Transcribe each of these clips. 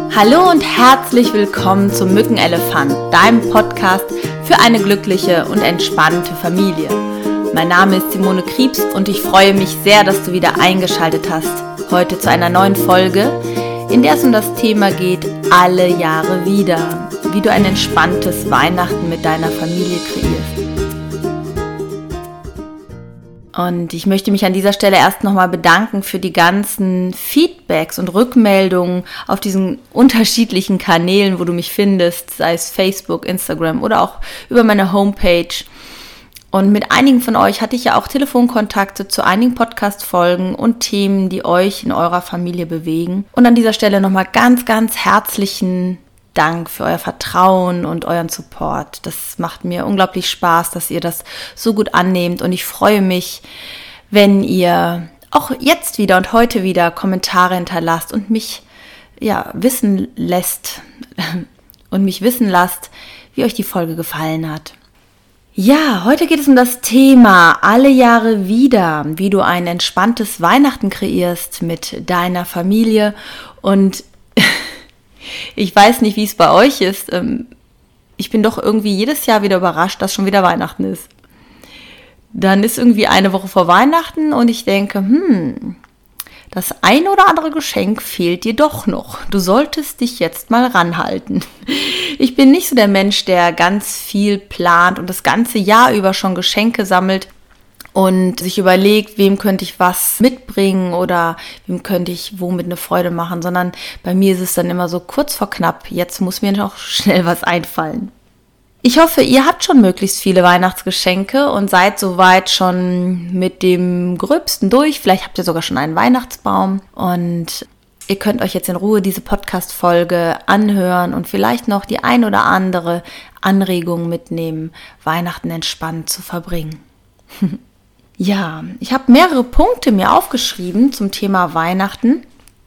Hallo und herzlich willkommen zum Mückenelefant, deinem Podcast für eine glückliche und entspannte Familie. Mein Name ist Simone Kriebs und ich freue mich sehr, dass du wieder eingeschaltet hast. Heute zu einer neuen Folge, in der es um das Thema geht, alle Jahre wieder, wie du ein entspanntes Weihnachten mit deiner Familie kreierst. Und ich möchte mich an dieser Stelle erst nochmal bedanken für die ganzen Feedbacks und Rückmeldungen auf diesen unterschiedlichen Kanälen, wo du mich findest, sei es Facebook, Instagram oder auch über meine Homepage. Und mit einigen von euch hatte ich ja auch Telefonkontakte zu einigen Podcast-Folgen und Themen, die euch in eurer Familie bewegen. Und an dieser Stelle nochmal ganz, ganz herzlichen Dank für euer Vertrauen und euren Support. Das macht mir unglaublich Spaß, dass ihr das so gut annehmt und ich freue mich, wenn ihr auch jetzt wieder und heute wieder Kommentare hinterlasst und mich wissen lasst, wie euch die Folge gefallen hat. Ja, heute geht es um das Thema alle Jahre wieder, wie du ein entspanntes Weihnachten kreierst mit deiner Familie. Und ich weiß nicht, wie es bei euch ist. Ich bin doch irgendwie jedes Jahr wieder überrascht, dass schon wieder Weihnachten ist. Dann ist irgendwie eine Woche vor Weihnachten und ich denke, das ein oder andere Geschenk fehlt dir doch noch. Du solltest dich jetzt mal ranhalten. Ich bin nicht so der Mensch, der ganz viel plant und das ganze Jahr über schon Geschenke sammelt und sich überlegt, wem könnte ich was mitbringen oder wem könnte ich womit eine Freude machen, sondern bei mir ist es dann immer so kurz vor knapp, jetzt muss mir noch schnell was einfallen. Ich hoffe, ihr habt schon möglichst viele Weihnachtsgeschenke und seid soweit schon mit dem Gröbsten durch. Vielleicht habt ihr sogar schon einen Weihnachtsbaum und ihr könnt euch jetzt in Ruhe diese Podcast-Folge anhören und vielleicht noch die ein oder andere Anregung mitnehmen, Weihnachten entspannt zu verbringen. Ja, ich habe mehrere Punkte mir aufgeschrieben zum Thema Weihnachten.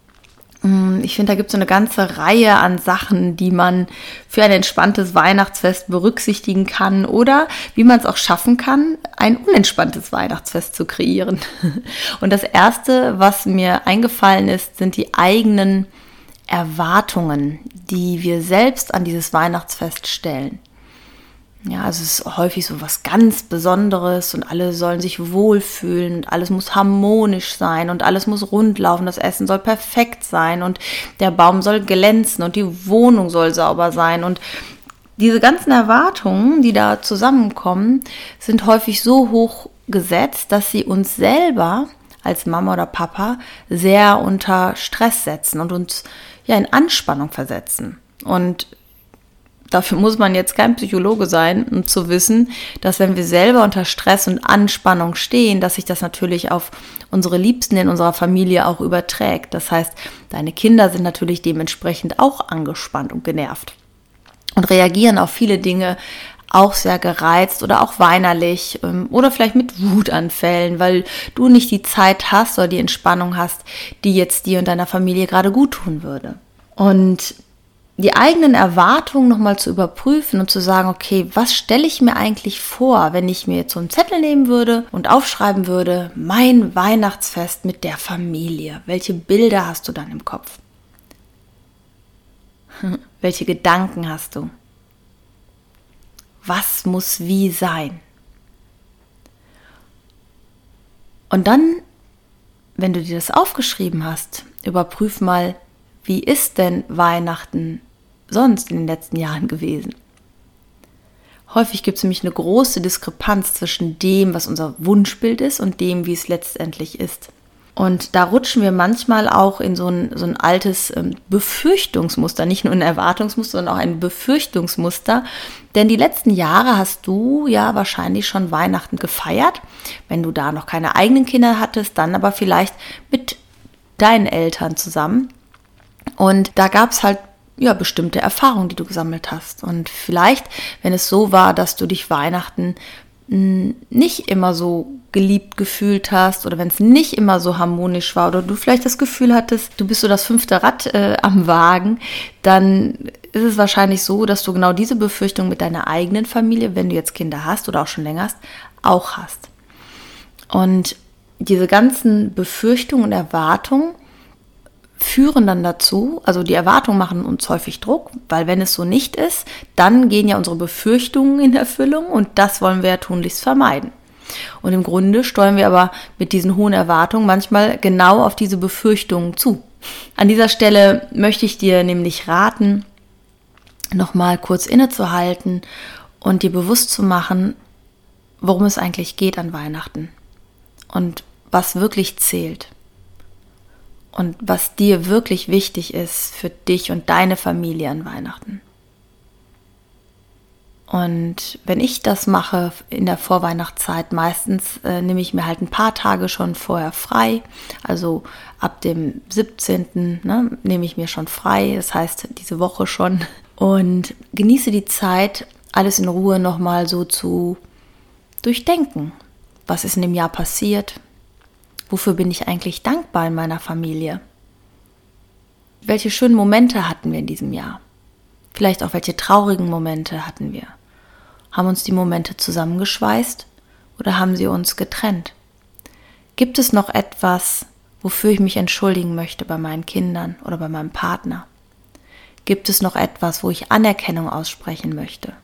Ich finde, da gibt es so eine ganze Reihe an Sachen, die man für ein entspanntes Weihnachtsfest berücksichtigen kann oder wie man es auch schaffen kann, ein unentspanntes Weihnachtsfest zu kreieren. Und das Erste, was mir eingefallen ist, sind die eigenen Erwartungen, die wir selbst an dieses Weihnachtsfest stellen. Ja, also es ist häufig so was ganz Besonderes und alle sollen sich wohlfühlen und alles muss harmonisch sein und alles muss rund laufen, das Essen soll perfekt sein und der Baum soll glänzen und die Wohnung soll sauber sein und diese ganzen Erwartungen, die da zusammenkommen, sind häufig so hoch gesetzt, dass sie uns selber als Mama oder Papa sehr unter Stress setzen und uns in Anspannung versetzen. Und dafür muss man jetzt kein Psychologe sein, um zu wissen, dass wenn wir selber unter Stress und Anspannung stehen, dass sich das natürlich auf unsere Liebsten in unserer Familie auch überträgt. Das heißt, deine Kinder sind natürlich dementsprechend auch angespannt und genervt und reagieren auf viele Dinge auch sehr gereizt oder auch weinerlich oder vielleicht mit Wutanfällen, weil du nicht die Zeit hast oder die Entspannung hast, die jetzt dir und deiner Familie gerade gut tun würde. Und die eigenen Erwartungen nochmal zu überprüfen und zu sagen, okay, was stelle ich mir eigentlich vor, wenn ich mir jetzt so einen Zettel nehmen würde und aufschreiben würde, mein Weihnachtsfest mit der Familie. Welche Bilder hast du dann im Kopf? Welche Gedanken hast du? Was muss wie sein? Und dann, wenn du dir das aufgeschrieben hast, überprüf mal, wie ist denn Weihnachten sonst in den letzten Jahren gewesen? Häufig gibt es nämlich eine große Diskrepanz zwischen dem, was unser Wunschbild ist und dem, wie es letztendlich ist. Und da rutschen wir manchmal auch in so ein altes Befürchtungsmuster, nicht nur ein Erwartungsmuster, sondern auch ein Befürchtungsmuster. Denn die letzten Jahre hast du ja wahrscheinlich schon Weihnachten gefeiert. Wenn du da noch keine eigenen Kinder hattest, dann aber vielleicht mit deinen Eltern zusammen. Und da gab es halt bestimmte Erfahrungen, die du gesammelt hast. Und vielleicht, wenn es so war, dass du dich Weihnachten nicht immer so geliebt gefühlt hast oder wenn es nicht immer so harmonisch war oder du vielleicht das Gefühl hattest, du bist so das 5. Rad am Wagen, dann ist es wahrscheinlich so, dass du genau diese Befürchtung mit deiner eigenen Familie, wenn du jetzt Kinder hast oder auch schon länger hast, auch hast. Und diese ganzen Befürchtungen und Erwartungen führen dann dazu, also die Erwartungen machen uns häufig Druck, weil wenn es so nicht ist, dann gehen ja unsere Befürchtungen in Erfüllung und das wollen wir ja tunlichst vermeiden. Und im Grunde steuern wir aber mit diesen hohen Erwartungen manchmal genau auf diese Befürchtungen zu. An dieser Stelle möchte ich dir nämlich raten, nochmal kurz innezuhalten und dir bewusst zu machen, worum es eigentlich geht an Weihnachten und was wirklich zählt und was dir wirklich wichtig ist für dich und deine Familie an Weihnachten. Und wenn ich das mache in der Vorweihnachtszeit, meistens nehme ich mir halt ein paar Tage schon vorher frei. Also ab dem 17. Nehme ich mir schon frei, das heißt diese Woche schon. Und genieße die Zeit, alles in Ruhe nochmal so zu durchdenken. Was ist in dem Jahr passiert? Wofür bin ich eigentlich dankbar in meiner Familie? Welche schönen Momente hatten wir in diesem Jahr? Vielleicht auch welche traurigen Momente hatten wir? Haben uns die Momente zusammengeschweißt oder haben sie uns getrennt? Gibt es noch etwas, wofür ich mich entschuldigen möchte bei meinen Kindern oder bei meinem Partner? Gibt es noch etwas, wo ich Anerkennung aussprechen möchte?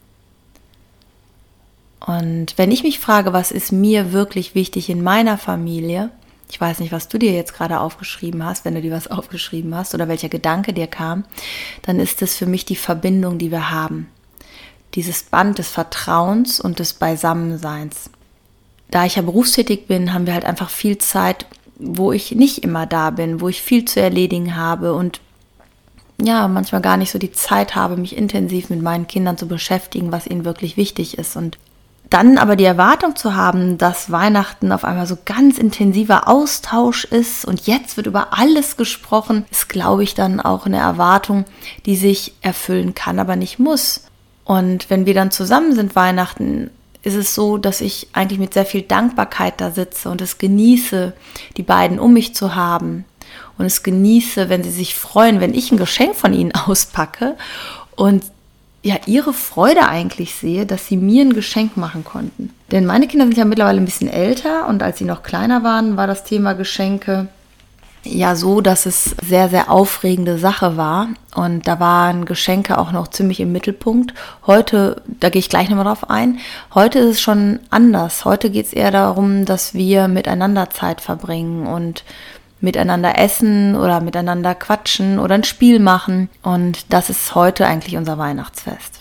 Und wenn ich mich frage, was ist mir wirklich wichtig in meiner Familie, ich weiß nicht, was du dir jetzt gerade aufgeschrieben hast, wenn du dir was aufgeschrieben hast oder welcher Gedanke dir kam, dann ist es für mich die Verbindung, die wir haben. Dieses Band des Vertrauens und des Beisammenseins. Da ich ja berufstätig bin, haben wir halt einfach viel Zeit, wo ich nicht immer da bin, wo ich viel zu erledigen habe und ja, manchmal gar nicht so die Zeit habe, mich intensiv mit meinen Kindern zu beschäftigen, was ihnen wirklich wichtig ist. Und dann aber die Erwartung zu haben, dass Weihnachten auf einmal so ganz intensiver Austausch ist und jetzt wird über alles gesprochen, ist, glaube ich, dann auch eine Erwartung, die sich erfüllen kann, aber nicht muss. Und wenn wir dann zusammen sind Weihnachten, ist es so, dass ich eigentlich mit sehr viel Dankbarkeit da sitze und es genieße, die beiden um mich zu haben. Und es genieße, wenn sie sich freuen, wenn ich ein Geschenk von ihnen auspacke und ja, ihre Freude eigentlich sehe, dass sie mir ein Geschenk machen konnten. Denn meine Kinder sind ja mittlerweile ein bisschen älter und als sie noch kleiner waren, war das Thema Geschenke ja so, dass es sehr, sehr aufregende Sache war und da waren Geschenke auch noch ziemlich im Mittelpunkt. Heute, da gehe ich gleich nochmal drauf ein, heute ist es schon anders. Heute geht es eher darum, dass wir miteinander Zeit verbringen und miteinander essen oder miteinander quatschen oder ein Spiel machen und das ist heute eigentlich unser Weihnachtsfest.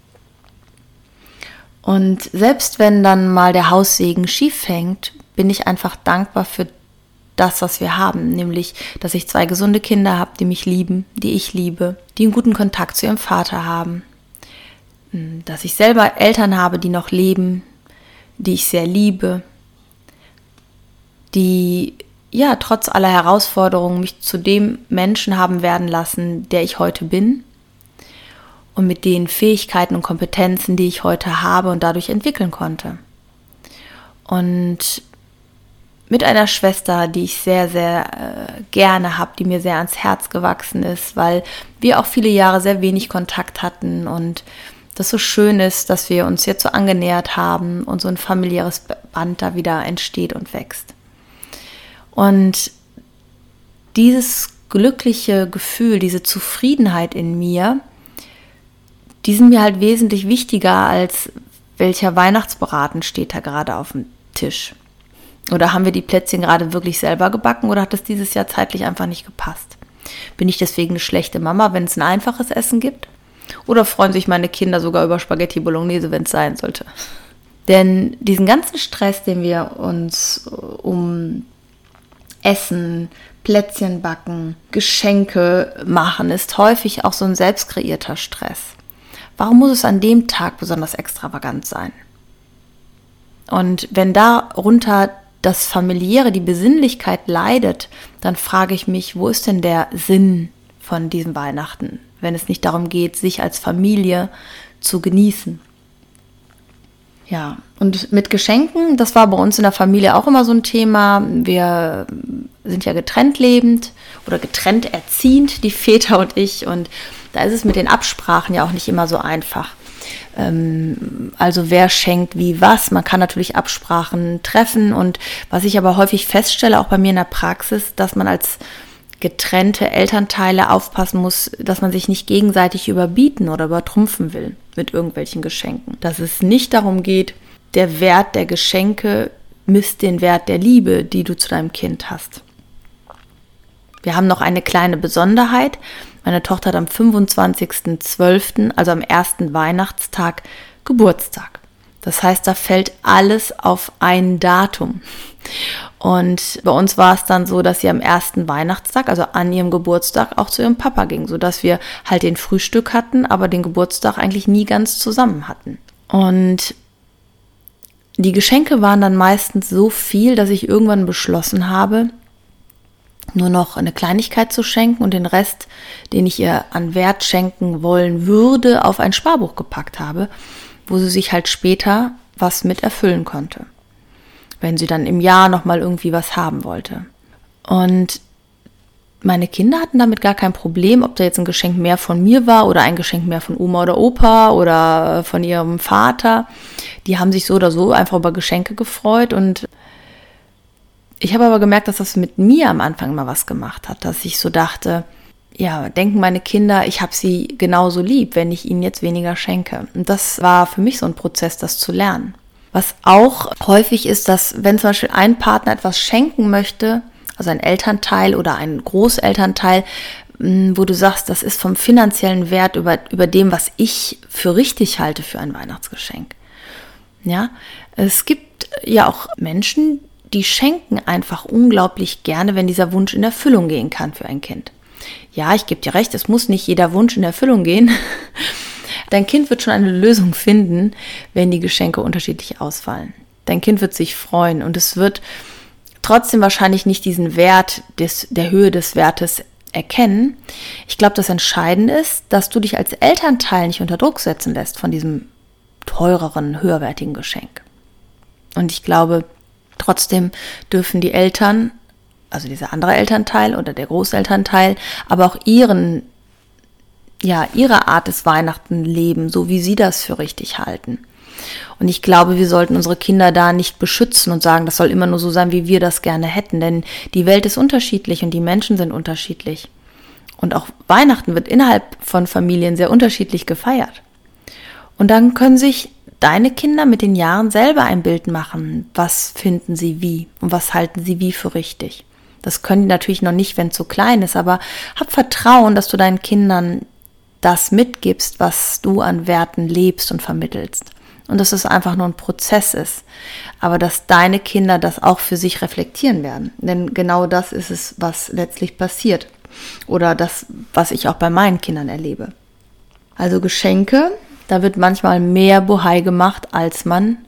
Und selbst wenn dann mal der Haussegen schief hängt, bin ich einfach dankbar für das, was wir haben, nämlich, dass ich 2 gesunde Kinder habe, die mich lieben, die ich liebe, die einen guten Kontakt zu ihrem Vater haben, dass ich selber Eltern habe, die noch leben, die ich sehr liebe, die ja trotz aller Herausforderungen mich zu dem Menschen haben werden lassen, der ich heute bin und mit den Fähigkeiten und Kompetenzen, die ich heute habe und dadurch entwickeln konnte. Und mit einer Schwester, die ich sehr, sehr gerne habe, die mir sehr ans Herz gewachsen ist, weil wir auch viele Jahre sehr wenig Kontakt hatten und das so schön ist, dass wir uns jetzt so angenähert haben und so ein familiäres Band da wieder entsteht und wächst. Und dieses glückliche Gefühl, diese Zufriedenheit in mir, die sind mir halt wesentlich wichtiger als welcher Weihnachtsbraten steht da gerade auf dem Tisch. Oder haben wir die Plätzchen gerade wirklich selber gebacken oder hat es dieses Jahr zeitlich einfach nicht gepasst? Bin ich deswegen eine schlechte Mama, wenn es ein einfaches Essen gibt? Oder freuen sich meine Kinder sogar über Spaghetti Bolognese, wenn es sein sollte? Denn diesen ganzen Stress, den wir uns um Essen, Plätzchen backen, Geschenke machen, ist häufig auch so ein selbst kreierter Stress. Warum muss es an dem Tag besonders extravagant sein? Und wenn darunter das Familiäre, die Besinnlichkeit leidet, dann frage ich mich, wo ist denn der Sinn von diesem Weihnachten, wenn es nicht darum geht, sich als Familie zu genießen? Ja, und mit Geschenken, das war bei uns in der Familie auch immer so ein Thema. Wir sind ja getrennt lebend oder getrennt erziehend, die Väter und ich. Und da ist es mit den Absprachen ja auch nicht immer so einfach. Also wer schenkt wie was. Man kann natürlich Absprachen treffen. Und was ich aber häufig feststelle, auch bei mir in der Praxis, dass man als getrennte Elternteile aufpassen muss, dass man sich nicht gegenseitig überbieten oder übertrumpfen will mit irgendwelchen Geschenken. Dass es nicht darum geht, der Wert der Geschenke misst den Wert der Liebe, die du zu deinem Kind hast. Wir haben noch eine kleine Besonderheit. Meine Tochter hat am 25.12., also am ersten Weihnachtstag, Geburtstag. Das heißt, da fällt alles auf ein Datum. Und bei uns war es dann so, dass sie am ersten Weihnachtstag, also an ihrem Geburtstag, auch zu ihrem Papa ging, sodass wir halt den Frühstück hatten, aber den Geburtstag eigentlich nie ganz zusammen hatten. Und die Geschenke waren dann meistens so viel, dass ich irgendwann beschlossen habe, nur noch eine Kleinigkeit zu schenken und den Rest, den ich ihr an Wert schenken wollen würde, auf ein Sparbuch gepackt habe, wo sie sich halt später was mit erfüllen konnte, wenn sie dann im Jahr nochmal irgendwie was haben wollte. Und meine Kinder hatten damit gar kein Problem, ob da jetzt ein Geschenk mehr von mir war oder ein Geschenk mehr von Oma oder Opa oder von ihrem Vater. Die haben sich so oder so einfach über Geschenke gefreut und ich habe aber gemerkt, dass das mit mir am Anfang immer was gemacht hat, dass ich so dachte, ja, denken meine Kinder, ich habe sie genauso lieb, wenn ich ihnen jetzt weniger schenke. Und das war für mich so ein Prozess, das zu lernen. Was auch häufig ist, dass wenn zum Beispiel ein Partner etwas schenken möchte, also ein Elternteil oder ein Großelternteil, wo du sagst, das ist vom finanziellen Wert über dem, was ich für richtig halte für ein Weihnachtsgeschenk. Ja, es gibt ja auch Menschen, die schenken einfach unglaublich gerne, wenn dieser Wunsch in Erfüllung gehen kann für ein Kind. Ja, ich gebe dir recht, es muss nicht jeder Wunsch in Erfüllung gehen. Dein Kind wird schon eine Lösung finden, wenn die Geschenke unterschiedlich ausfallen. Dein Kind wird sich freuen und es wird trotzdem wahrscheinlich nicht diesen Wert der Höhe des Wertes erkennen. Ich glaube, das Entscheidende ist, dass du dich als Elternteil nicht unter Druck setzen lässt von diesem teureren, höherwertigen Geschenk. Und ich glaube, trotzdem dürfen die Eltern, also dieser andere Elternteil oder der Großelternteil, aber auch ihre Art des Weihnachten leben, so wie sie das für richtig halten. Und ich glaube, wir sollten unsere Kinder da nicht beschützen und sagen, das soll immer nur so sein, wie wir das gerne hätten, denn die Welt ist unterschiedlich und die Menschen sind unterschiedlich. Und auch Weihnachten wird innerhalb von Familien sehr unterschiedlich gefeiert. Und dann können sich deine Kinder mit den Jahren selber ein Bild machen, was finden sie wie und was halten sie wie für richtig. Das können die natürlich noch nicht, wenn es so klein ist, aber hab Vertrauen, dass du deinen Kindern das mitgibst, was du an Werten lebst und vermittelst. Und dass es einfach nur ein Prozess ist. Aber dass deine Kinder das auch für sich reflektieren werden. Denn genau das ist es, was letztlich passiert. Oder das, was ich auch bei meinen Kindern erlebe. Also Geschenke, da wird manchmal mehr Bohai gemacht, als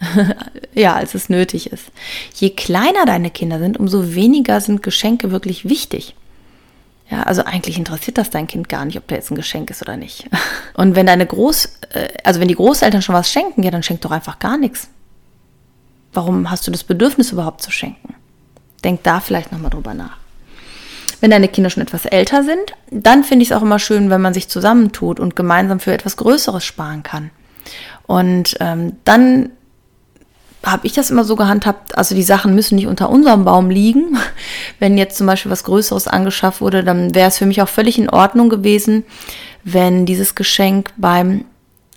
als es nötig ist. Je kleiner deine Kinder sind, umso weniger sind Geschenke wirklich wichtig. Ja, also eigentlich interessiert das dein Kind gar nicht, ob da jetzt ein Geschenk ist oder nicht. Und wenn wenn die Großeltern schon was schenken, ja, dann schenk doch einfach gar nichts. Warum hast du das Bedürfnis überhaupt zu schenken? Denk da vielleicht nochmal drüber nach. Wenn deine Kinder schon etwas älter sind, dann finde ich es auch immer schön, wenn man sich zusammentut und gemeinsam für etwas Größeres sparen kann. Und dann habe ich das immer so gehandhabt, also die Sachen müssen nicht unter unserem Baum liegen. Wenn jetzt zum Beispiel was Größeres angeschafft wurde, dann wäre es für mich auch völlig in Ordnung gewesen, wenn dieses Geschenk beim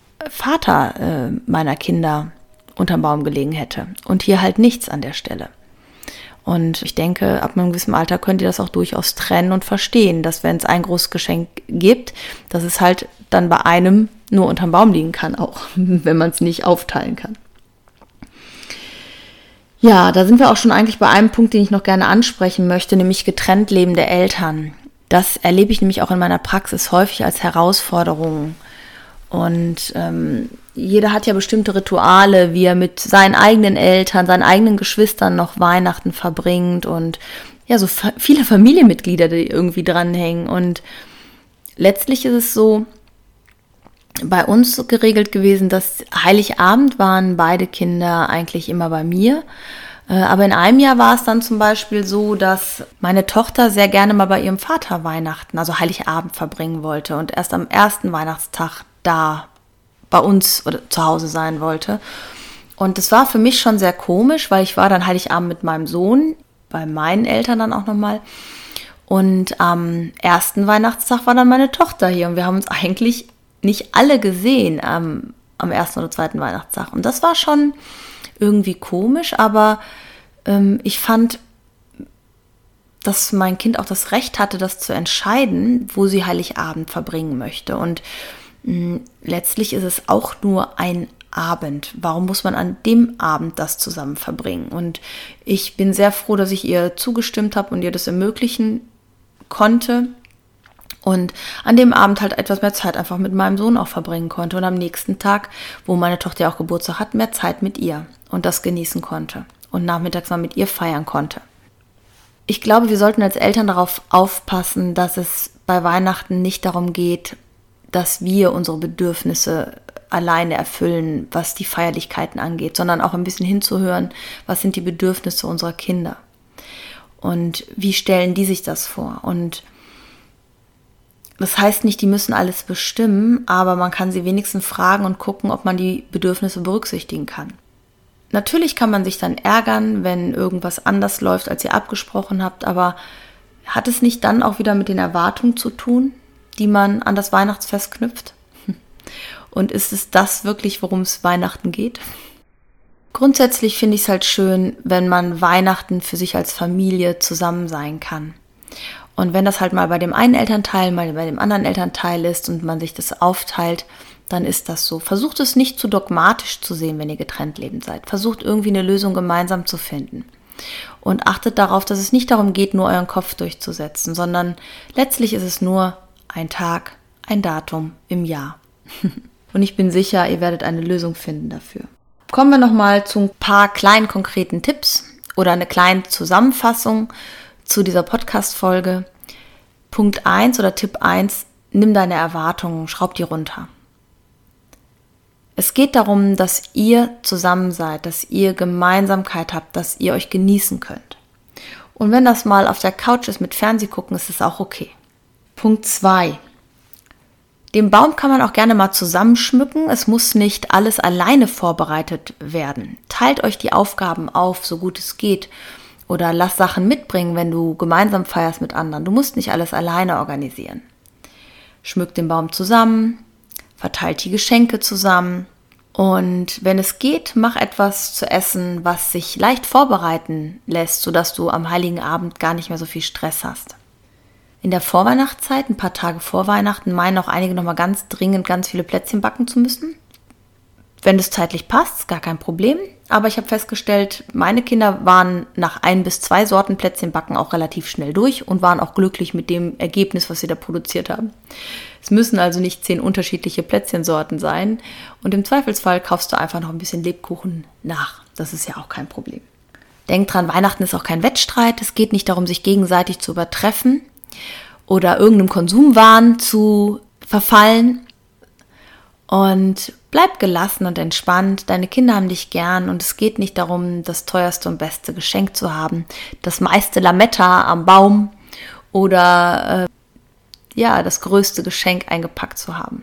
Vater meiner Kinder unterm Baum gelegen hätte. Und hier halt nichts an der Stelle. Und ich denke, ab einem gewissen Alter könnt ihr das auch durchaus trennen und verstehen, dass wenn es ein großes Geschenk gibt, dass es halt dann bei einem nur unterm Baum liegen kann, auch wenn man es nicht aufteilen kann. Ja, da sind wir auch schon eigentlich bei einem Punkt, den ich noch gerne ansprechen möchte, nämlich getrennt lebende Eltern. Das erlebe ich nämlich auch in meiner Praxis häufig als Herausforderung. Und jeder hat ja bestimmte Rituale, wie er mit seinen eigenen Eltern, seinen eigenen Geschwistern noch Weihnachten verbringt und ja, so viele Familienmitglieder, die irgendwie dranhängen. Und letztlich ist es so bei uns geregelt gewesen, dass Heiligabend waren beide Kinder eigentlich immer bei mir. Aber in einem Jahr war es dann zum Beispiel so, dass meine Tochter sehr gerne mal bei ihrem Vater Weihnachten, also Heiligabend verbringen wollte und erst am ersten Weihnachtstag da bei uns oder zu Hause sein wollte. Und das war für mich schon sehr komisch, weil ich war dann Heiligabend mit meinem Sohn, bei meinen Eltern dann auch nochmal. Und am ersten Weihnachtstag war dann meine Tochter hier und wir haben uns eigentlich nicht alle gesehen am ersten oder zweiten Weihnachtstag. Und das war schon irgendwie komisch, aber ich fand, dass mein Kind auch das Recht hatte, das zu entscheiden, wo sie Heiligabend verbringen möchte. Und letztlich ist es auch nur ein Abend. Warum muss man an dem Abend das zusammen verbringen? Und ich bin sehr froh, dass ich ihr zugestimmt habe und ihr das ermöglichen konnte. Und an dem Abend halt etwas mehr Zeit einfach mit meinem Sohn auch verbringen konnte. Und am nächsten Tag, wo meine Tochter ja auch Geburtstag hat, mehr Zeit mit ihr und das genießen konnte. Und nachmittags mal mit ihr feiern konnte. Ich glaube, wir sollten als Eltern darauf aufpassen, dass es bei Weihnachten nicht darum geht, dass wir unsere Bedürfnisse alleine erfüllen, was die Feierlichkeiten angeht, sondern auch ein bisschen hinzuhören, was sind die Bedürfnisse unserer Kinder und wie stellen die sich das vor. Und das heißt nicht, die müssen alles bestimmen, aber man kann sie wenigstens fragen und gucken, ob man die Bedürfnisse berücksichtigen kann. Natürlich kann man sich dann ärgern, wenn irgendwas anders läuft, als ihr abgesprochen habt, aber hat es nicht dann auch wieder mit den Erwartungen zu tun, die man an das Weihnachtsfest knüpft? Und ist es das wirklich, worum es Weihnachten geht? Grundsätzlich finde ich es halt schön, wenn man Weihnachten für sich als Familie zusammen sein kann. Und wenn das halt mal bei dem einen Elternteil, mal bei dem anderen Elternteil ist und man sich das aufteilt, dann ist das so. Versucht es nicht zu dogmatisch zu sehen, wenn ihr getrennt lebend seid. Versucht irgendwie eine Lösung gemeinsam zu finden. Und achtet darauf, dass es nicht darum geht, nur euren Kopf durchzusetzen, sondern letztlich ist es nur ein Tag, ein Datum im Jahr. Und ich bin sicher, ihr werdet eine Lösung finden dafür. Kommen wir nochmal zu ein paar kleinen konkreten Tipps oder eine kleine Zusammenfassung zu dieser Podcast-Folge. Punkt 1 oder Tipp 1, nimm deine Erwartungen, schraub die runter. Es geht darum, dass ihr zusammen seid, dass ihr Gemeinsamkeit habt, dass ihr euch genießen könnt. Und wenn das mal auf der Couch ist mit Fernseh gucken, ist es auch okay. Punkt 2. Den Baum kann man auch gerne mal zusammenschmücken. Es muss nicht alles alleine vorbereitet werden. Teilt euch die Aufgaben auf, so gut es geht. Oder lass Sachen mitbringen, wenn du gemeinsam feierst mit anderen. Du musst nicht alles alleine organisieren. Schmückt den Baum zusammen. Verteilt die Geschenke zusammen und wenn es geht, mach etwas zu essen, was sich leicht vorbereiten lässt, sodass du am Heiligen Abend gar nicht mehr so viel Stress hast. In der Vorweihnachtszeit, ein paar Tage vor Weihnachten, meinen auch einige nochmal ganz dringend ganz viele Plätzchen backen zu müssen. Wenn es zeitlich passt, ist gar kein Problem. Aber ich habe festgestellt, meine Kinder waren nach 1 bis 2 Sorten Plätzchen backen auch relativ schnell durch und waren auch glücklich mit dem Ergebnis, was sie da produziert haben. Es müssen also nicht 10 unterschiedliche Plätzchensorten sein. Und im Zweifelsfall kaufst du einfach noch ein bisschen Lebkuchen nach. Das ist ja auch kein Problem. Denk dran, Weihnachten ist auch kein Wettstreit. Es geht nicht darum, sich gegenseitig zu übertreffen oder irgendeinem Konsumwahn zu verfallen. Und bleib gelassen und entspannt. Deine Kinder haben dich gern und es geht nicht darum, das teuerste und beste Geschenk zu haben, das meiste Lametta am Baum oder das größte Geschenk eingepackt zu haben.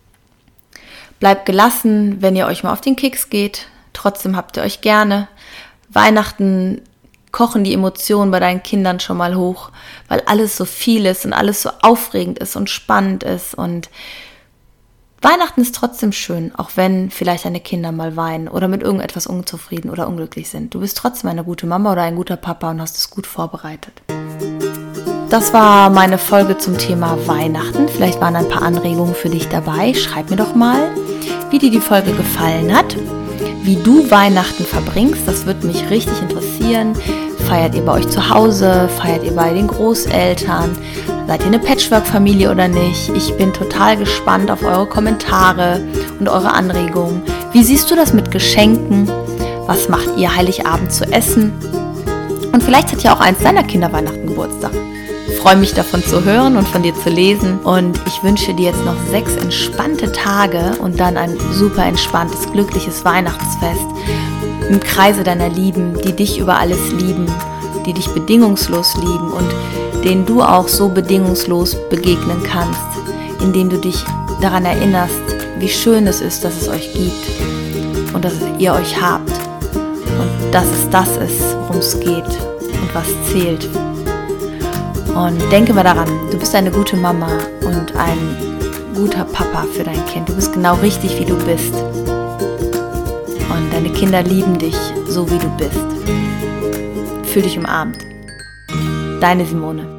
Bleibt gelassen, wenn ihr euch mal auf den Keks geht. Trotzdem habt ihr euch gerne. Weihnachten kochen die Emotionen bei deinen Kindern schon mal hoch, weil alles so viel ist und alles so aufregend ist und spannend ist. Und Weihnachten ist trotzdem schön, auch wenn vielleicht deine Kinder mal weinen oder mit irgendetwas unzufrieden oder unglücklich sind. Du bist trotzdem eine gute Mama oder ein guter Papa und hast es gut vorbereitet. Das war meine Folge zum Thema Weihnachten. Vielleicht waren ein paar Anregungen für dich dabei. Schreib mir doch mal, wie dir die Folge gefallen hat, wie du Weihnachten verbringst. Das würde mich richtig interessieren. Feiert ihr bei euch zu Hause? Feiert ihr bei den Großeltern? Seid ihr eine Patchwork-Familie oder nicht? Ich bin total gespannt auf eure Kommentare und eure Anregungen. Wie siehst du das mit Geschenken? Was macht ihr Heiligabend zu essen? Und vielleicht hat ja auch eins deiner Kinder Weihnachten Geburtstag. Ich freue mich davon zu hören und von dir zu lesen. Und ich wünsche dir jetzt noch 6 entspannte Tage und dann ein super entspanntes, glückliches Weihnachtsfest im Kreise deiner Lieben, die dich über alles lieben, die dich bedingungslos lieben und denen du auch so bedingungslos begegnen kannst, indem du dich daran erinnerst, wie schön es ist, dass es euch gibt und dass ihr euch habt und dass es das ist, worum es geht und was zählt. Und denke mal daran, du bist eine gute Mama und ein guter Papa für dein Kind. Du bist genau richtig, wie du bist. Und deine Kinder lieben dich, so wie du bist. Fühl dich umarmt. Deine Simone.